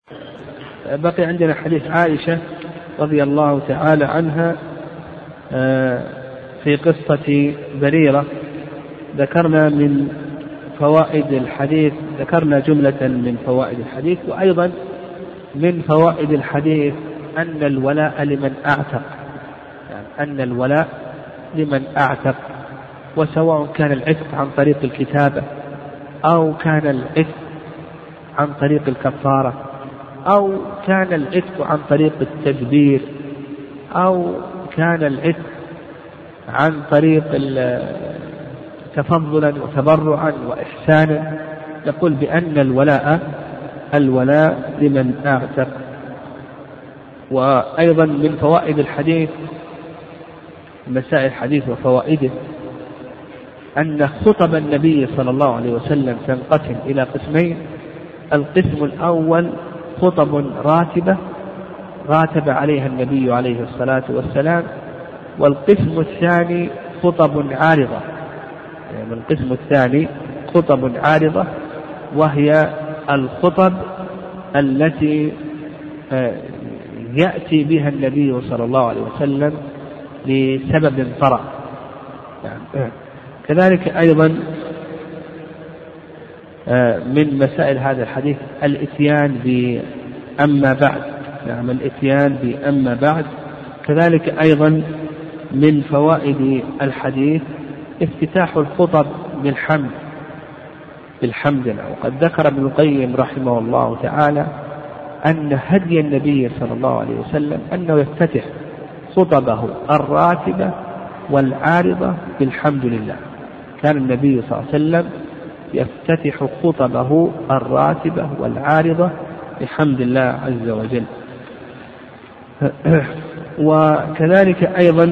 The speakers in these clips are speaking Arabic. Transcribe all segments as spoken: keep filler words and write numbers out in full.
بقي عندنا حديث عائشة رضي الله تعالى عنها في قصة بريرة. ذكرنا من فوائد الحديث ذكرنا جملة من فوائد الحديث، وأيضا من فوائد الحديث أن الولاء لمن أعتق، يعني أن الولاء لمن أعتق، وسواء كان العتق عن طريق الكتابة أو كان العتق عن طريق الكفارة أو كان العتق عن طريق التدبير أو كان العتق عن طريق تفضلا وتبرعا وإحسانا، نقول بأن الولاء الولاء لمن أعتق. وأيضا من فوائد الحديث مسائل الحديث وفوائده أن خطب النبي صلى الله عليه وسلم تنقسم إلى قسمين. القسم الأول خطب راتبة راتب عليها النبي عليه الصلاة والسلام، والقسم الثاني خطب عارضة، يعني القسم الثاني خطب عارضة، وهي الخطب التي يأتي بها النبي صلى الله عليه وسلم لسبب طرأ. يعني كذلك أيضا من مسائل هذا الحديث الإتيان بأما بعد، نعم الإتيان بأما بعد. كذلك أيضا من فوائد الحديث افتتاح الخطب بالحمد بالحمد وقد ذكر ابن القيم رحمه الله تعالى أن هدي النبي صلى الله عليه وسلم أنه يفتتح خطبه الراتبة والعارضة بالحمد لله. كان النبي صلى الله عليه وسلم يفتتح خطبه الراتبة والعارضة بحمد الله عز وجل. وكذلك أيضا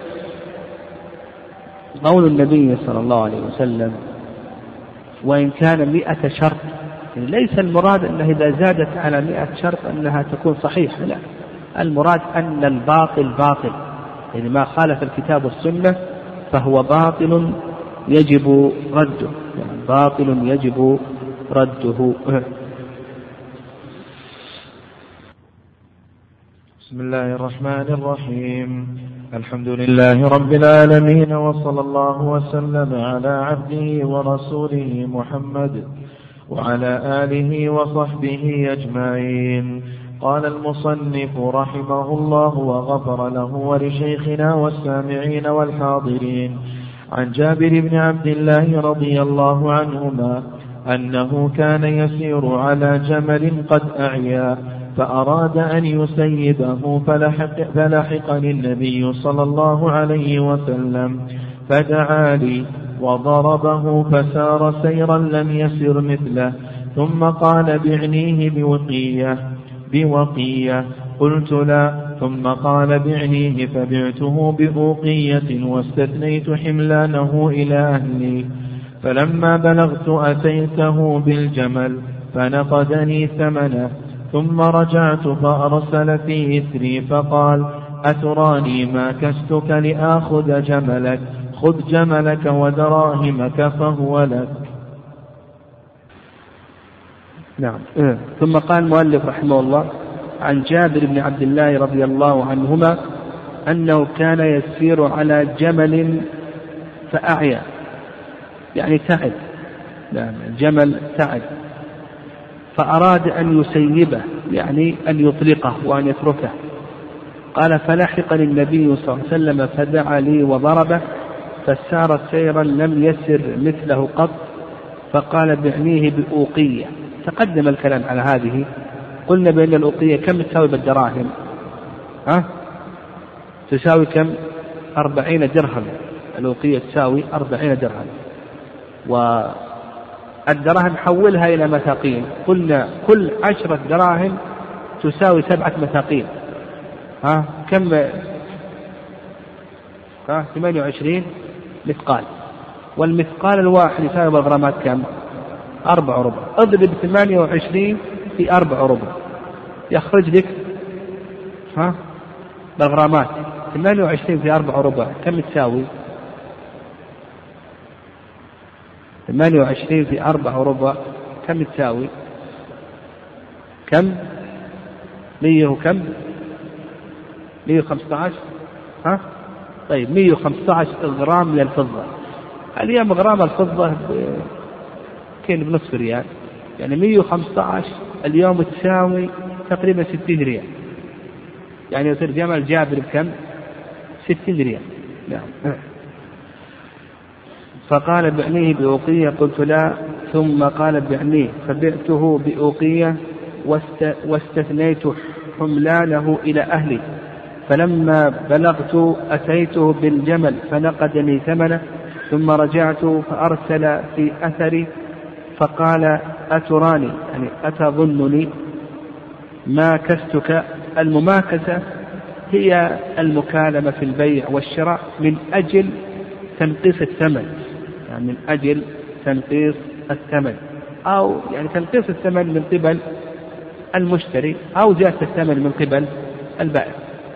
قول النبي صلى الله عليه وسلم وإن كان مئة شرط، يعني ليس المراد أنه إذا زادت على مئة شرط أنها تكون صحيحة، لا، المراد أن الباطل باطل، يعني ما خالف الكتاب والسنة فهو باطل يجب رده، يعني باطل يجب رده. بسم الله الرحمن الرحيم. الحمد لله رب العالمين، وصلى الله وسلم على عبده ورسوله محمد وعلى آله وصحبه أجمعين. قال المصنف رحمه الله وغفر له ولشيخنا والسامعين والحاضرين عن جابر بن عبد الله رضي الله عنهما أنه كان يسير على جمل قد أعيا فأراد أن يسيبه فلحق, فلحقني النبي صلى الله عليه وسلم فدعا لي وضربه فسار سيرا لم يسر مثله، ثم قال بعنيه بوقية بوقية قلت لا، ثم قال بعنيه فبعته بأوقية واستثنيت حملانه إلى أهلي. فلما بلغت أتيته بالجمل فنقدني ثمنه، ثم رجعت فأرسل في إثري فقال أتراني ما كستك لآخذ جملك، خذ جملك ودراهمك فهو لك. نعم. ثم قال المؤلف رحمه الله عن جابر بن عبد الله رضي الله عنهما أنه كان يسير على جمل فأعيا، يعني تعب، نعم الجمل تعب، فأراد أن يسيبه، يعني أن يطلقه وأن يتركه. قال فلحقني النبي صلى الله عليه وسلم فدعا لي وضربه فسار سيرا لم يسر مثله قط، فقال بعنيه بأوقية. تقدم الكلام على هذه، قلنا بأن الأوقية كم تساوي بالدراهم؟ ها؟ تساوي كم؟ أربعين درهم. الأوقية تساوي أربعين درهم، والدراهم حولها إلى مثاقين. قلنا كل عشرة دراهم تساوي سبعة مثاقين. ها؟ كم؟ ها؟ ثمانية وعشرين مثقال، والمثقال الواحد يساوي بالغرامات كم؟ أربع ربع. اضرب ثمانية وعشرين في أربع ربع يخرج لك ها بالغرامات ثمانية وعشرين في أربع ربع كم تساوي؟ ثمانية وعشرين في أربع ربع كم تساوي؟ كم؟ مية وكم؟ مية وخمسة عشر. ها؟ طيب مية وخمسة عشر غرام من الفضة. اليوم غرام الفضة كان بنصف ريال، يعني مية وخمسة عشر اليوم تساوي تقريبا ستين ريال، يعني يصير جمل جابر بكم؟ ستين ريال. نعم. فقال بعنيه بأوقية، قلت لا. ثم قال بعنيه، فبعته بأوقية واستثنيت حملانه إلى أهلي، فلما بلغت أتيته بالجمل فنقدني ثمنه، ثم رجعت فأرسل في أثري فقال أتراني، يعني أتظنني ماكستك. المماكسة هي المكالمة في البيع والشراء من أجل تنقيص الثمن، يعني من أجل تنقيص الثمن، أو يعني تنقيص الثمن من قبل المشتري أو زيادة الثمن من قبل البائع.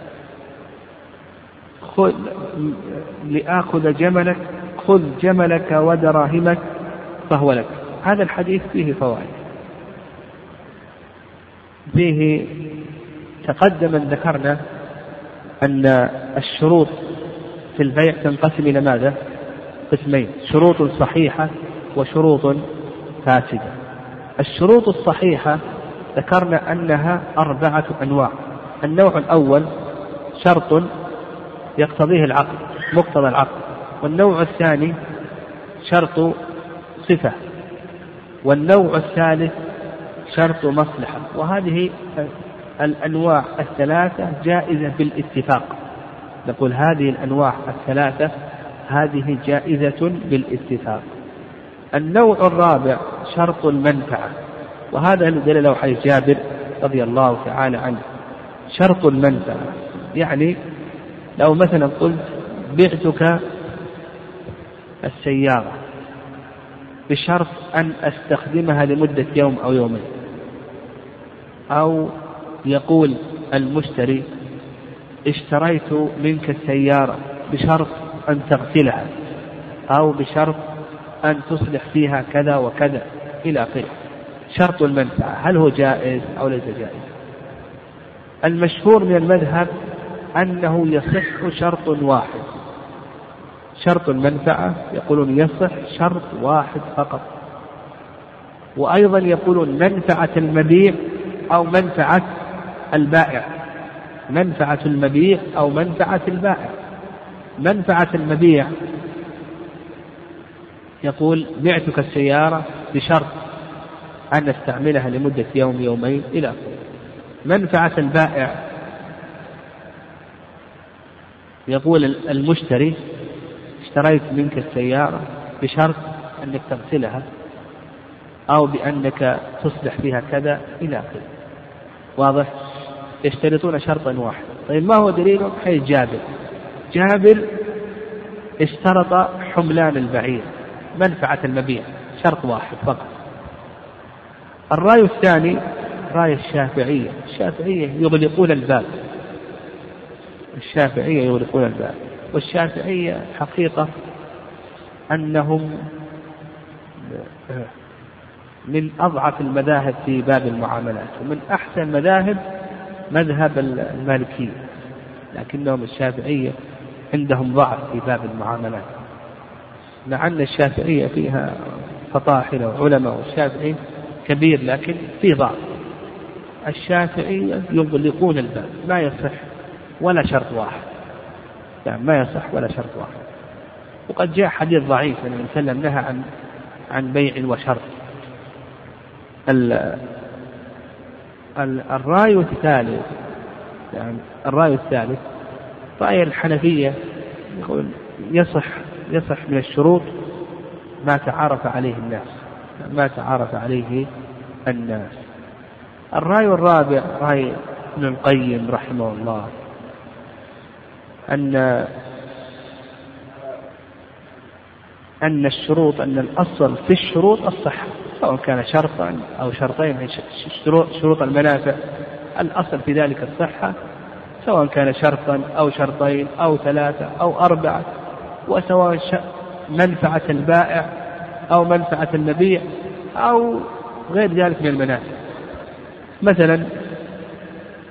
خذ لآخذ جملك، خذ جملك ودراهمك فهو لك. هذا الحديث فيه فوائد. فيه تقدم أن ذكرنا أن الشروط في البيع تنقسم إلى ماذا؟ قسمين: شروط صحيحة وشروط فاسدة. الشروط الصحيحة ذكرنا أنها أربعة أنواع. النوع الأول شرط يقتضيه العقد، مقتضى العقد. والنوع الثاني شرط صفة. والنوع الثالث شرط مصلحة. وهذه الأنواع الثلاثة جائزة بالاتفاق. نقول هذه الأنواع الثلاثة هذه جائزة بالاتفاق. النوع الرابع شرط المنفعة، وهذا الذي له حديث جابر رضي الله تعالى عنه. شرط المنفعة يعني لو مثلا قلت بعتك السيارة بشرط أن أستخدمها لمدة يوم أو يومين، أو يقول المشتري اشتريت منك السيارة بشرط أن تغسلها، أو بشرط أن تصلح فيها كذا وكذا إلى آخره. شرط المنفعة هل هو جائز أو ليس جائز؟ المشهور من المذهب أنه يصح شرط واحد. شرط المنفعة يقولون يصح شرط واحد فقط. وأيضا يقولون منفعة المبيع أو منفعة البائع. منفعة المبيع أو منفعة البائع. منفعة المبيع يقول بعتك السيارة بشرط أن نستعملها لمدة يوم يومين إلى آخره. منفعة البائع يقول المشتري اشتريت منك السيارة بشرط أنك تغسلها أو بأنك تصلح فيها كذا إلى آخره. واضح؟ يشترطون شرطا واحد. طيب ما هو دليله؟ حديث جابر. جابر اشترط حملان البعير، منفعة المبيع، شرط واحد فقط. الرأي الثاني رأي الشافعية. الشافعية يغلقون الباب. الشافعية يغلقون الباب. والشافعية حقيقة أنهم من أضعف المذاهب في باب المعاملات، ومن أحسن المذاهب مذهب المالكية، لكنهم الشافعية عندهم ضعف في باب المعاملات، مع أن الشافعية فيها فطاحل وعلماء، والشافعي كبير لكن فيه ضعف. الشافعية يغلقون الباب، ما يصح ولا شرط واحد، يعني ما يصح ولا شرط واحد. وقد جاء حديث ضعيف أن النبي صلى الله عليه وسلم نهى عن عن بيع وشرط. الرأي الثالث يعني الرأي الثالث رأي الحنفية، يقول يصح يصح من الشروط ما تعارف عليه الناس، ما تعارف عليه الناس. الرأي الرابع رأي ابن القيم رحمه الله، أن أن الشروط أن الأصل في الشروط الصحة، سواء كان شرطا أو شرطين. شروط المنافع الأصل في ذلك الصحة، سواء كان شرطا أو شرطين أو ثلاثة أو أربعة، وسواء منفعة البائع أو منفعة المبيع أو غير ذلك من المنافع. مثلا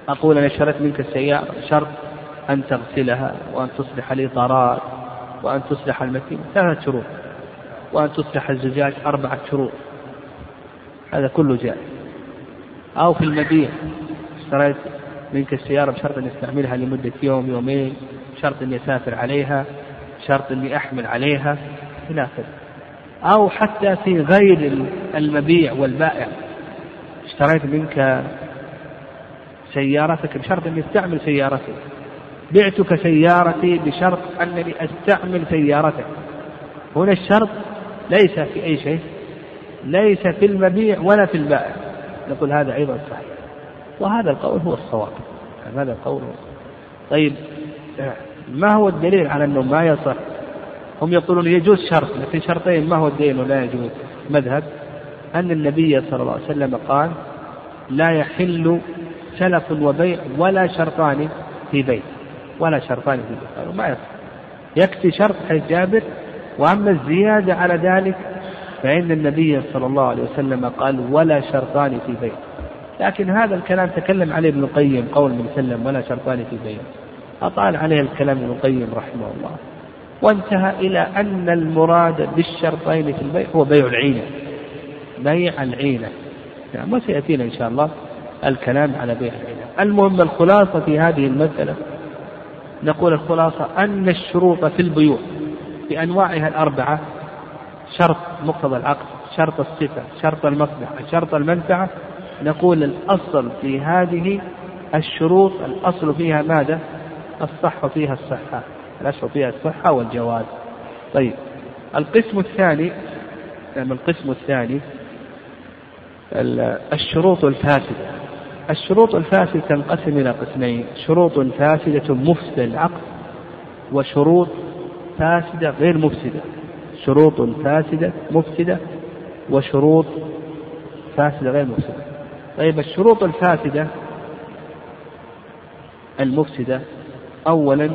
أقول أنا اشتريت منك السيارة شرط أن تغسلها وأن تصلح الإطارات وأن تصلح الماكينة ثلاثة شروط، وأن تصلح الزجاج أربعة شروط، هذا كله جائز. أو في المبيع اشتريت منك السيارة بشرط أن استعملها لمدة يوم يومين، شرط أن يسافر عليها، شرط أن أحمل عليها إلى آخره. أو حتى في غير المبيع والبائع اشتريت منك سيارتك بشرط أن يستعمل سيارتك، بعتك سيارتي بشرط أنني أستعمل سيارتك. هنا الشرط ليس في أي شيء، ليس في المبيع ولا في البائع، نقول هذا أيضا صحيح، وهذا القول هو الصواب، هذا القول هو الصواب. طيب ما هو الدليل على أنه ما يصح؟ هم يقولون يجوز شرط، لكن شرطين ما هو الدليل ولا يجوز؟ مذهب أن النبي صلى الله عليه وسلم قال لا يحل سلف وبيع ولا شرطان في بيع، ولا شرطان في بيع، ما يصح، يكفي شرط حيث جابر، وأما الزيادة على ذلك فإن النبي صلى الله عليه وسلم قال ولا شرطان في بيع. لكن هذا الكلام تكلم عليه ابن القيم، قول من سلم ولا شرطان في بيع، أطال عليه الكلام ابن القيم رحمه الله، وانتهى إلى أن المراد بالشرطين في البيع هو بيع العينة، بيع العينة، يعني وسيأتينا إن شاء الله الكلام على بيع العينة. المهم الخلاصة في هذه المسألة، نقول الخلاصة أن الشروط في البيوع بأنواعها الأربعة، شرط مقتضى العقد، شرط الصفة، شرط المصلحة، شرط المنفعة، نقول الأصل في هذه الشروط الأصل فيها ماذا؟ الصحة فيها الصحة، الأصل فيها الصحة والجواز. طيب القسم الثاني، يعني القسم الثاني الشروط الفاسدة. الشروط الفاسدة تنقسم إلى قسمين: شروط فاسدة مفسدة للعقد، وشروط فاسدة غير مفسدة. شروط فاسدة مفسدة وشروط فاسدة غير مفسدة. طيب الشروط الفاسدة المفسدة أولا،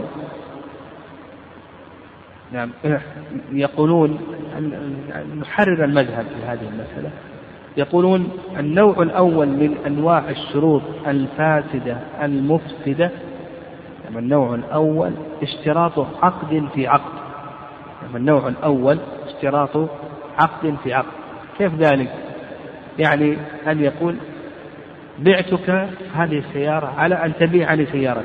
نعم يقولون نحرر المذهب في هذه المسألة، يقولون النوع الأول من أنواع الشروط الفاسدة المفسدة، يعني النوع الأول اشتراط عقد في عقد، يعني النوع الأول اشتراط عقد في عقد. كيف ذلك؟ يعني أن يقول بعتك هذه السيارة على أن تبيعني سيارتك،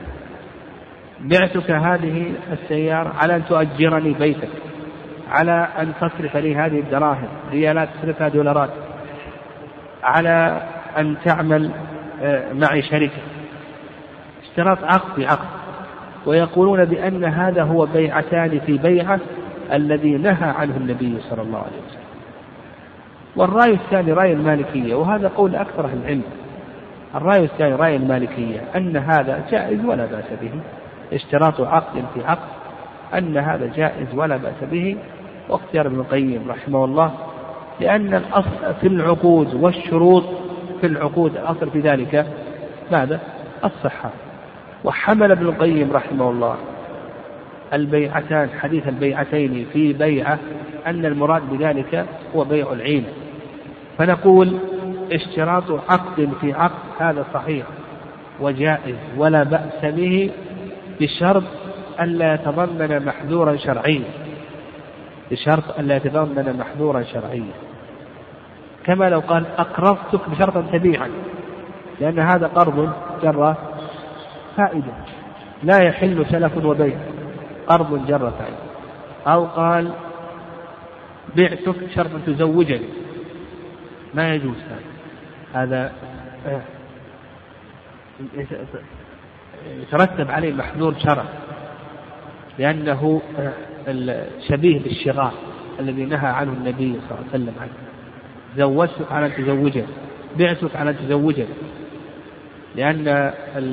بعتك هذه السيارة على أن تؤجرني بيتك، على أن تصرف لي هذه الدراهم ريالات تصرفها دولارات، على أن تعمل معي شركة. اشتراط عقد في عقد. ويقولون بأن هذا هو بيعتان في بيعة الذي نهى عنه النبي صلى الله عليه وسلم. والرأي الثاني رأي المالكية، وهذا قول أكثر أهل العلم، الرأي الثاني رأي المالكية أن هذا جائز ولا بأس به، اشتراط عقد في عقد، أن هذا جائز ولا بأس به. واختيار ابن القيم رحمه الله، لأن الأصل في العقود والشروط في العقود الأصل في ذلك ماذا؟ الصحة. وحمل ابن القيم رحمه الله البيعتان، حديث البيعتين في بيعة، أن المراد بذلك هو بيع العين. فنقول اشتراط عقد في عقد هذا صحيح وجائز ولا بأس به، بشرط ألا يتضمن محذورا شرعيا، بشرط ألا يتضمن محذورا شرعيا، كما لو قال أقرضتك بشرط أن تبيعني، لأن هذا قرض جرى فائدة، لا يحل سلف وبيع، قرض جرى فائدة. أو قال بعتك شرط أن تزوجني، ما يجوز هذا، هذا يترتب عليه محذور شرع، لأنه شبيه بالشغار الذي نهى عنه النبي صلى الله عليه وسلم عنه. زوجتك على أن تزوجني، بعتك على أن تزوجني، لأن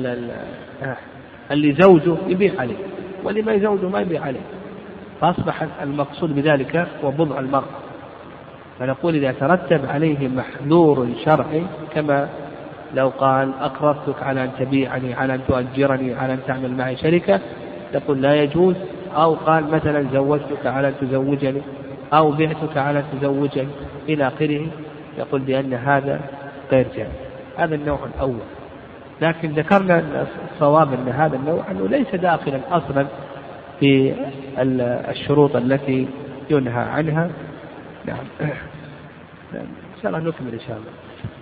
اللي زوجه يبيع عليه، واللي ما يزوجه ما يبيع عليه، فأصبح المقصود بذلك هو بضع المرء. فنقول إذا ترتب عليه محذور شرعي، كما لو قال أقرضتك على أن تبيعني، على أن تؤجرني، على أن تعمل معي شركة، تقول لا يجوز. أو قال مثلا زوجتك على أن تزوجني، أو بعتك على أن تزوجني إلى آخره، يقول بأن هذا غير جائز. هذا النوع الأول. لكن ذكرنا الصواب أن هذا النوع أنه ليس داخلا أصلا في الشروط التي ينهى عنها. نعم. إن شاء الله نكمل إن شاء الله.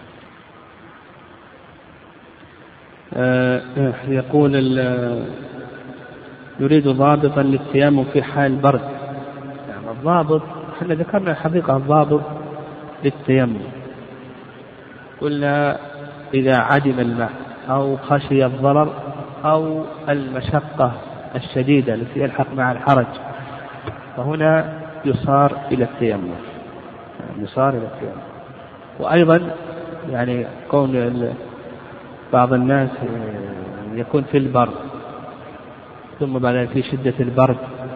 آه يقول يريد ضابطا للتيمم في حال برد. يعني الضابط احنا ذكرنا الحقيقة الضابط للتيمم قلنا إذا عدم الماء أو خشي الضرر أو المشقة الشديدة التي يلحق مع الحرج فهنا يصار إلى التيمم يصار إلى التيمم. وأيضا يعني كون بعض الناس يكون في البرد ثم بعد في شدة البرد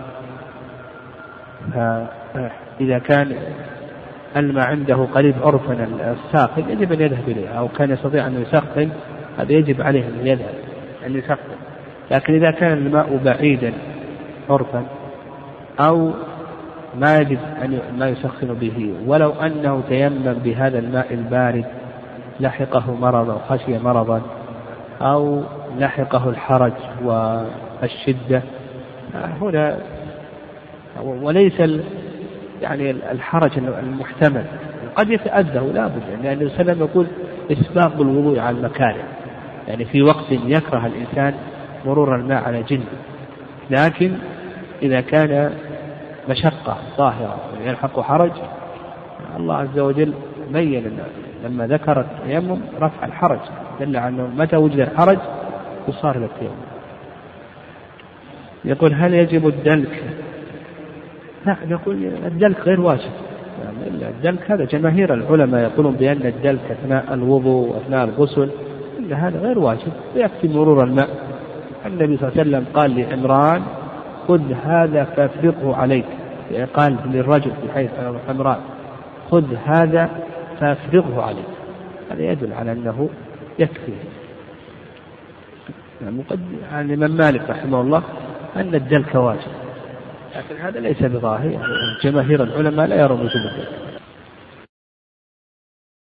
فإذا كان الماء عنده قريب عرفا الساخن يجب أن يذهب إليه أو كان يستطيع أن يسخن هذا يجب عليه أن يذهب أن يسخن. لكن إذا كان الماء بعيدا عرفا أو ما يجب أن ما يسخن به ولو أنه تيمم بهذا الماء البارد لحقه مرض أو خشي مرضا أو لحقه الحرج والشدة هنا وليس يعني الحرج المحتمل قد يتأذى لا بد لأن النبي صلى الله عليه وسلم يقول إسباغ الوضوء على المكاره يعني في وقت يكره الإنسان مرور الماء على جلده. لكن إذا كان مشقة ظاهرة يلحق حرج الله عز وجل بين لما ذكر التيمم رفع الحرج دل على أنه متى وجد الحرج يصار إلى التيمم. يقول هل يجب الدلك؟ لا يقول الدلك غير واجب يعني الدلك هذا جماهير العلماء يقولون بأن الدلك أثناء الوضوء وأثناء الغسل إن هذا غير واجب ويكفي مرور الماء. النبي صلى الله عليه وسلم قال لعمران خذ هذا فافرقه عليك يعني قال للرجل في حيث عمران خذ هذا فافرقه عليك هذا يدل على أنه يكفي. يعني عن الإمام مالك رحمه الله أن الدلك واجب لكن هذا ليس بظاهر يعني جماهير العلماء لا يرون وجوب الدلك.